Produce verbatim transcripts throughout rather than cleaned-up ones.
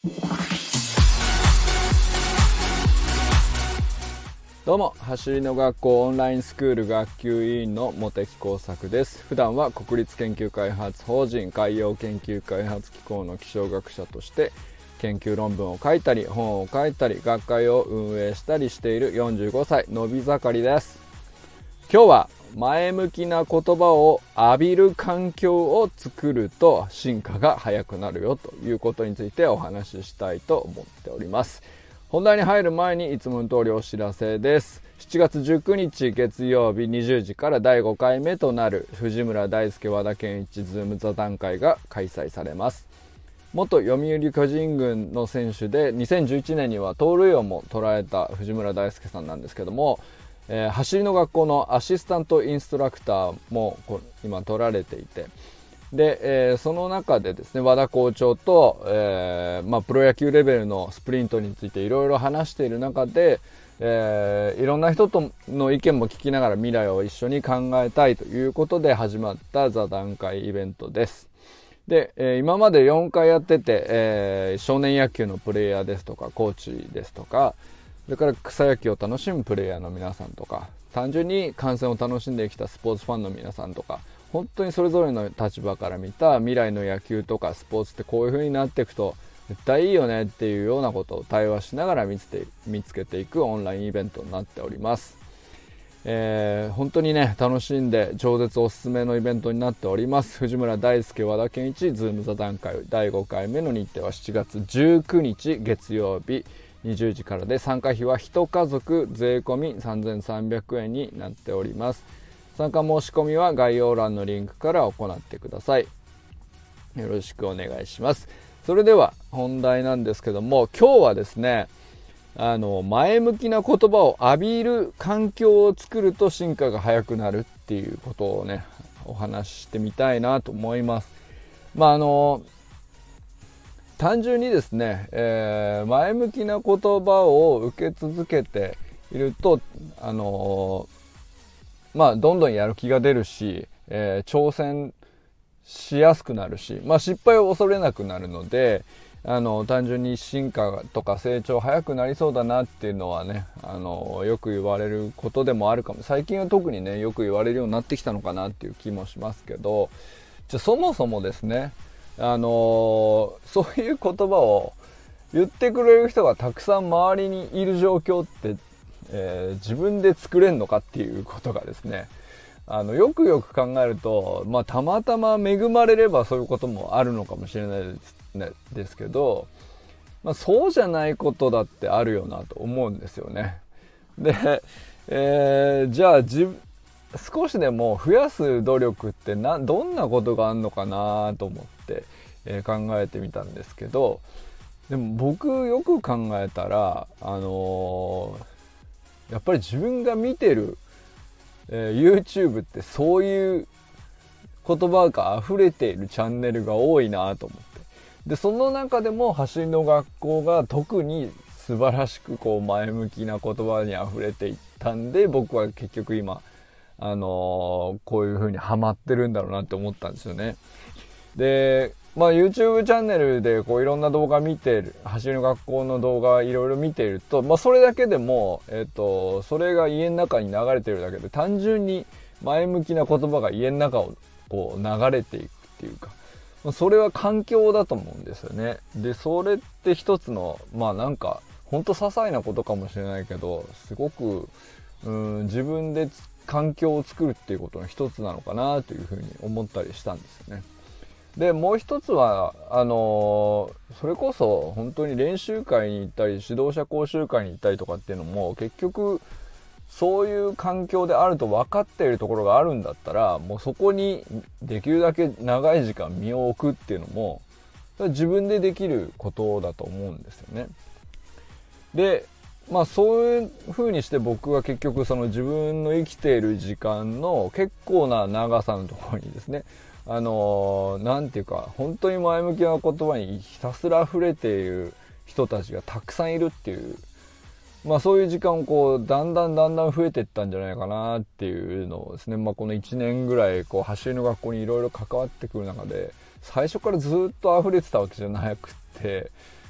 どうも、走りの学校オンラインスクール学級委員の茂木耕作です。普段は国立研究開発法人海洋研究開発機構の気象学者として研究論文を書いたり本を書いたり学会を運営したりしているよんじゅうごさいのび盛りです。今日は前向きな言葉を浴びる環境を作ると進化が早くなるよということについてお話ししたいと思っております。本題に入る前にいつもの通りお知らせです。しちがつじゅうくにち月曜日にじゅうじからだいごかいめとなる藤村大輔和田健一ズーム座談会が開催されます。元読売巨人軍の選手でにせんじゅういちねんには盗塁王も捉えた藤村大輔さんなんですけども、えー、走りの学校のアシスタントインストラクターも今取られていて、で、えー、その中でですね和田校長と、えーまあ、プロ野球レベルのスプリントについていろいろ話している中で、えー、いろんな人との意見も聞きながら未来を一緒に考えたいということで始まった座談会イベントです。で、えー、今までよんかいやってて、えー、少年野球のプレイヤーですとかコーチですとか、それから草野球を楽しむプレイヤーの皆さんとか、単純に観戦を楽しんできたスポーツファンの皆さんとか、本当にそれぞれの立場から見た未来の野球とかスポーツってこういう風になっていくと絶対いいよねっていうようなことを対話しながら見つけて、見つけていくオンラインイベントになっております。えー、本当にね楽しんで超絶おすすめのイベントになっております。藤村大輔和田健一ズーム座談会だいごかいめの日程はしちがつじゅうくにち月曜日にじゅうじからで、参加費は一家族税込みさんぜんさんびゃくえんになっております。参加申し込みは概要欄のリンクから行ってください。よろしくお願いします。それでは本題なんですけども、今日はですねあの前向きな言葉を浴びる環境を作ると進化が早くなるっていうことをねお話ししてみたいなと思います。まああの単純にですね、えー、前向きな言葉を受け続けているとあのまあどんどんやる気が出るし、えー、挑戦しやすくなるし、まあ、失敗を恐れなくなるので、あの単純に進化とか成長早くなりそうだなっていうのはね、あのよく言われることでもあるかも。最近は特にねよく言われるようになってきたのかなっていう気もしますけど、じゃそもそもですね、あのそういう言葉を言ってくれる人がたくさん周りにいる状況って、えー、自分で作れんのかっていうことがですね、あのよくよく考えると、まあ、たまたま恵まれればそういうこともあるのかもしれないです、ね、ですけど、まあ、そうじゃないことだってあるよなと思うんですよね。で、えー、じゃあ自少しでも増やす努力ってなどんなことがあるのかなと思って、えー、考えてみたんですけど、でも僕よく考えたら、あのー、やっぱり自分が見てるえー、YouTube ってそういう言葉が溢れているチャンネルが多いなと思って、でその中でも走りの学校が特に素晴らしくこう前向きな言葉に溢れていったんで、僕は結局今、あのー、こういう風にハマってるんだろうなって思ったんですよね。でまあ、YouTube チャンネルでこういろんな動画見てる、走りの学校の動画いろいろ見ていると、まあ、それだけでも、えっと、それが家の中に流れてるだけで単純に前向きな言葉が家の中をこう流れていくっていうか、それは環境だと思うんですよね。でそれって一つのまあなんかほんと些細なことかもしれないけど、すごくうん自分で環境を作るっていうことの一つなのかなというふうに思ったりしたんですよね。でもう一つはあのー、それこそ本当に練習会に行ったり指導者講習会に行ったりとかっていうのも結局そういう環境であると分かっているところがあるんだったら、もうそこにできるだけ長い時間身を置くっていうのも自分でできることだと思うんですよね。でまあそういう風にして僕は結局その自分の生きている時間の結構な長さのところにですね、あのー、なんていうか本当に前向きな言葉にひたすら溢れている人たちがたくさんいるっていう、まあそういう時間をこうだんだんだんだん増えていったんじゃないかなっていうのをですね、まあこのいちねんぐらいこう走りの学校にいろいろ関わってくる中で、最初からずっと溢れてたわけじゃなくて、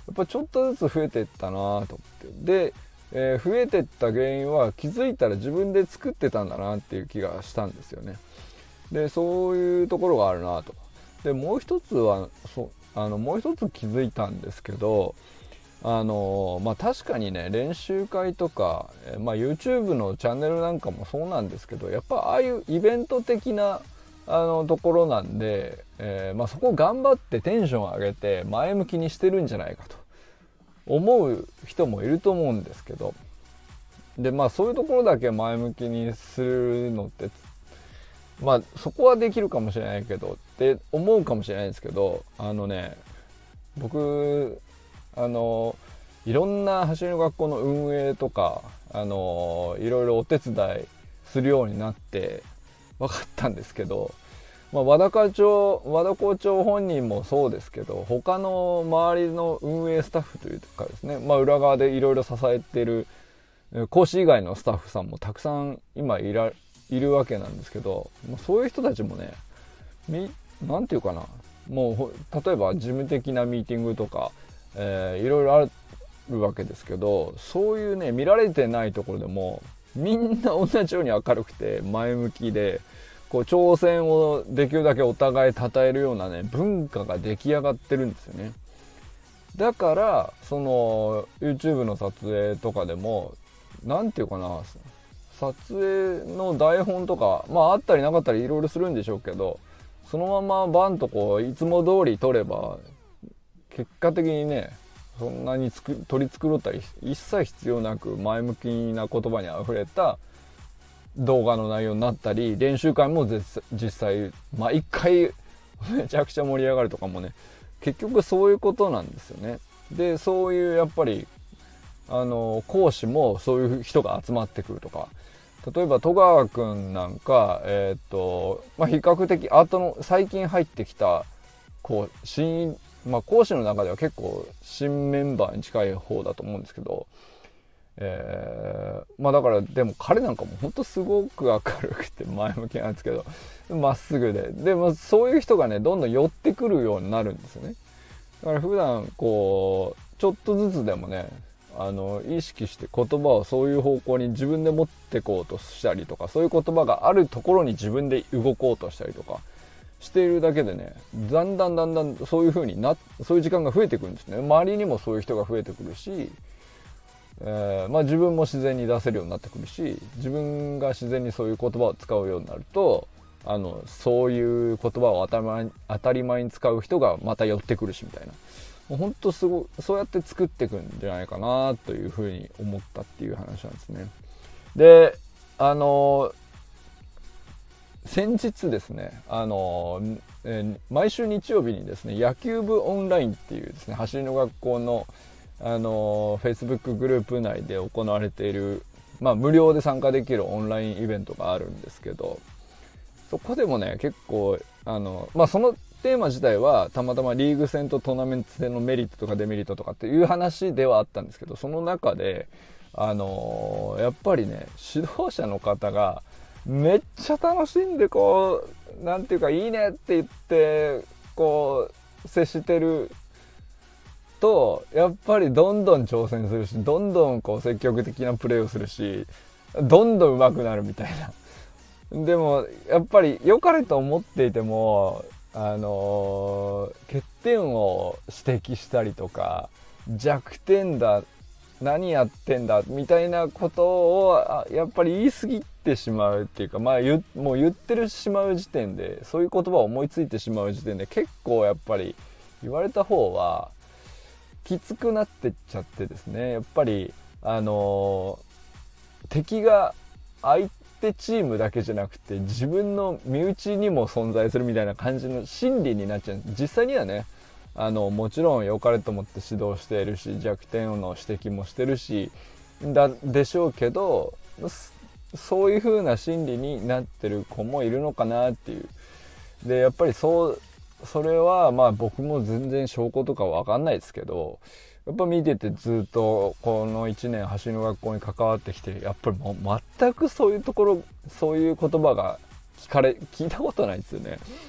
っぱちょっとずつ増えていったなと思って、で、えー、増えていった原因は気づいたら自分で作ってたんだなっていう気がしたんですよね。でそういうところがあるなと。でもう一つはそあのもう一つ気づいたんですけど、あのまあ確かにね、練習会とか、えーまあ、YouTube のチャンネルなんかもそうなんですけど、やっぱああいうイベント的なあのところなんで、えーまあ、そこを頑張ってテンション上げて前向きにしてるんじゃないかと思う人もいると思うんですけど、でまあそういうところだけ前向きにするのってまあそこはできるかもしれないけどって思うかもしれないですけど、あのね、僕あのいろんな走りの学校の運営とかあのいろいろお手伝いするようになって分かったんですけど、まあ、和田課長和田校長本人もそうですけど、他の周りの運営スタッフというかですね、まあ、裏側でいろいろ支えている講師以外のスタッフさんもたくさん今いらいるわけなんですけど、そういう人たちもね、みなんていうかな、もう例えば事務的なミーティングとか、えー、いろいろあるわけですけど、そういうね見られてないところでもみんな同じように明るくて前向きで、こう挑戦をできるだけお互い称えるようなね文化が出来上がってるんですよね。だからその YouTube の撮影とかでもなんていうかな、撮影の台本とかまああったりなかったりいろいろするんでしょうけど、そのままバンとこういつも通り撮れば結果的にね、そんなにつく取り繕ったり一切必要なく前向きな言葉にあふれた動画の内容になったり、練習会も実際毎回めちゃくちゃ盛り上がるとかもね、結局そういうことなんですよね。でそういうやっぱりあの講師もそういう人が集まってくるとか、例えば戸川くんなんか、えーっとまあ、比較的後の最近入ってきたこう新、まあ、講師の中では結構新メンバーに近い方だと思うんですけど、えー、まあだからでも彼なんかも本当すごく明るくて前向きなんですけど、まっすぐで、でもそういう人がねどんどん寄ってくるようになるんですよね。だから普段こうちょっとずつでもね、あの意識して言葉をそういう方向に自分で持ってこうとしたりとか、そういう言葉があるところに自分で動こうとしたりとかしているだけでね、だんだんだんだんそういう風になそういう時間が増えてくるんですね。周りにもそういう人が増えてくるし、えーまあ、自分も自然に出せるようになってくるし、自分が自然にそういう言葉を使うようになると、あのそういう言葉を当たり前に、当たり前に使う人がまた寄ってくるしみたいな、もうほんとすごいそうやって作っていくんじゃないかなというふうに思ったっていう話なんですね。であの先日ですね、あの、えー、毎週日曜日にですね野球部オンラインっていうですね走りの学校のあの Facebook グループ内で行われている、まあ、無料で参加できるオンラインイベントがあるんですけど、そこでもね結構あの、まあ、そのテーマ自体はたまたまリーグ戦とトーナメント戦のメリットとかデメリットとかっていう話ではあったんですけど、その中であのやっぱりね指導者の方がめっちゃ楽しんでこうなんていうかいいねって言ってこう接してると、やっぱりどんどん挑戦するし、どんどんこう積極的なプレーをするし、どんどん上手くなるみたいな。でもやっぱり良かれと思っていても、あのー、欠点を指摘したりとか弱点だ何やってんだみたいなことをやっぱり言い過ぎてしまうっていうか、まあ言もう言ってるしまう時点で、そういう言葉を思いついてしまう時点で結構やっぱり言われた方はきつくなってっちゃってですね、やっぱりあのー、敵が相手チームだけじゃなくて自分の身内にも存在するみたいな感じの心理になっちゃう。実際にはね、あのもちろん良かれと思って指導しているし弱点の指摘もしてるしだでしょうけど、そういう風な心理になってる子もいるのかなっていう。でやっぱりそうそれはまあ僕も全然証拠とかわかんないですけど、やっぱ見ててずっとこのいちねん走りの学校に関わってきて、やっぱりもう全くそういうところそういう言葉が聞かれ聞いたことないですよね。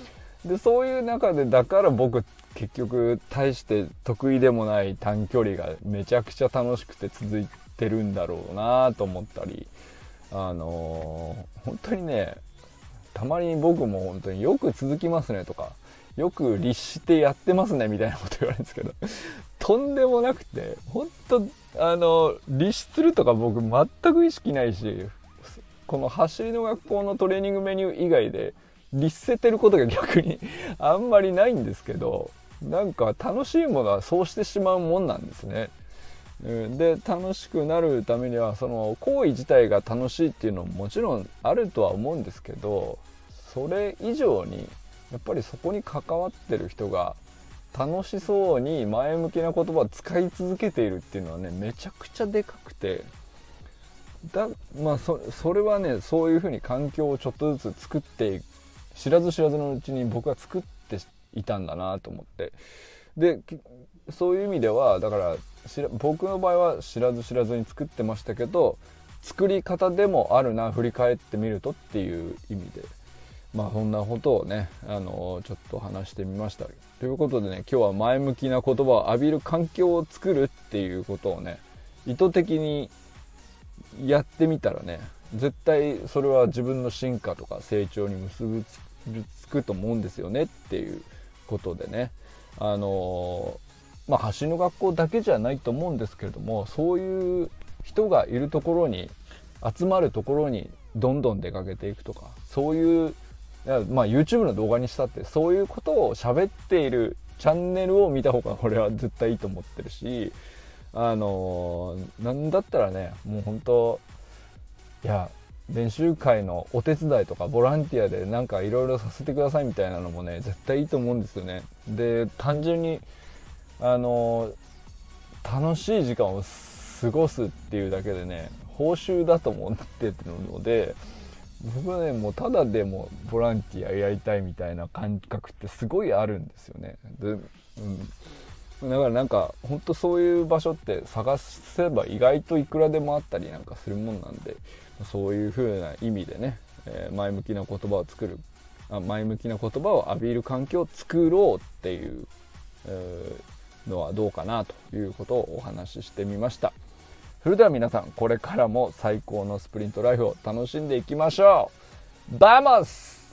でそういう中でだから僕結局大して得意でもない短距離がめちゃくちゃ楽しくて続いてるんだろうなと思ったり、あのー、本当にね、たまに僕も本当によく続きますねとか、よく律してやってますねみたいなこと言われるんですけどとんでもなくて、本当あの律するとか僕全く意識ないし、この走りの学校のトレーニングメニュー以外で律せてることが逆にあんまりないんですけど、なんか楽しいものはそうしてしまうもんなんですね。で楽しくなるためにはその行為自体が楽しいっていうのももちろんあるとは思うんですけど、それ以上にやっぱりそこに関わってる人が楽しそうに前向きな言葉を使い続けているっていうのはね、めちゃくちゃでかくて、だまあ そ, それはね、そういう風に環境をちょっとずつ作って知らず知らずのうちに僕は作っていたんだなと思って、でそういう意味ではだから僕の場合は知らず知らずに作ってましたけど、作り方でもあるな、振り返ってみるとっていう意味で、まあそんなことをね、あのちょっと話してみました。ということでね、今日は前向きな言葉を浴びる環境を作るっていうことをね、意図的にやってみたらね、絶対それは自分の進化とか成長に結びつくと思うんですよねっていうことでね、あのまあ走りの学校だけじゃないと思うんですけれども、そういう人がいるところに集まるところにどんどん出かけていくとか、そういういやまあ YouTube の動画にしたってそういうことを喋っているチャンネルを見た方が俺は絶対いいと思ってるし、あのー、なんだったらね、もう本当いや練習会のお手伝いとかボランティアでなんかいろいろさせてくださいみたいなのもね、絶対いいと思うんですよね。で単純にあのー、楽しい時間を過ごすっていうだけでね、報酬だと思ってるので、僕はね、もうただでもボランティアやりたいみたいな感覚ってすごいあるんですよね。で、うん、だからなんか本当そういう場所って探せば意外といくらでもあったりなんかするもんなんで、そういう風な意味でね、えー、前向きな言葉を作るあ前向きな言葉を浴びる環境を作ろうっていう、えー、のはどうかなということをお話ししてみました。それでは皆さん、これからも最高のスプリントライフを楽しんでいきましょう。バモス！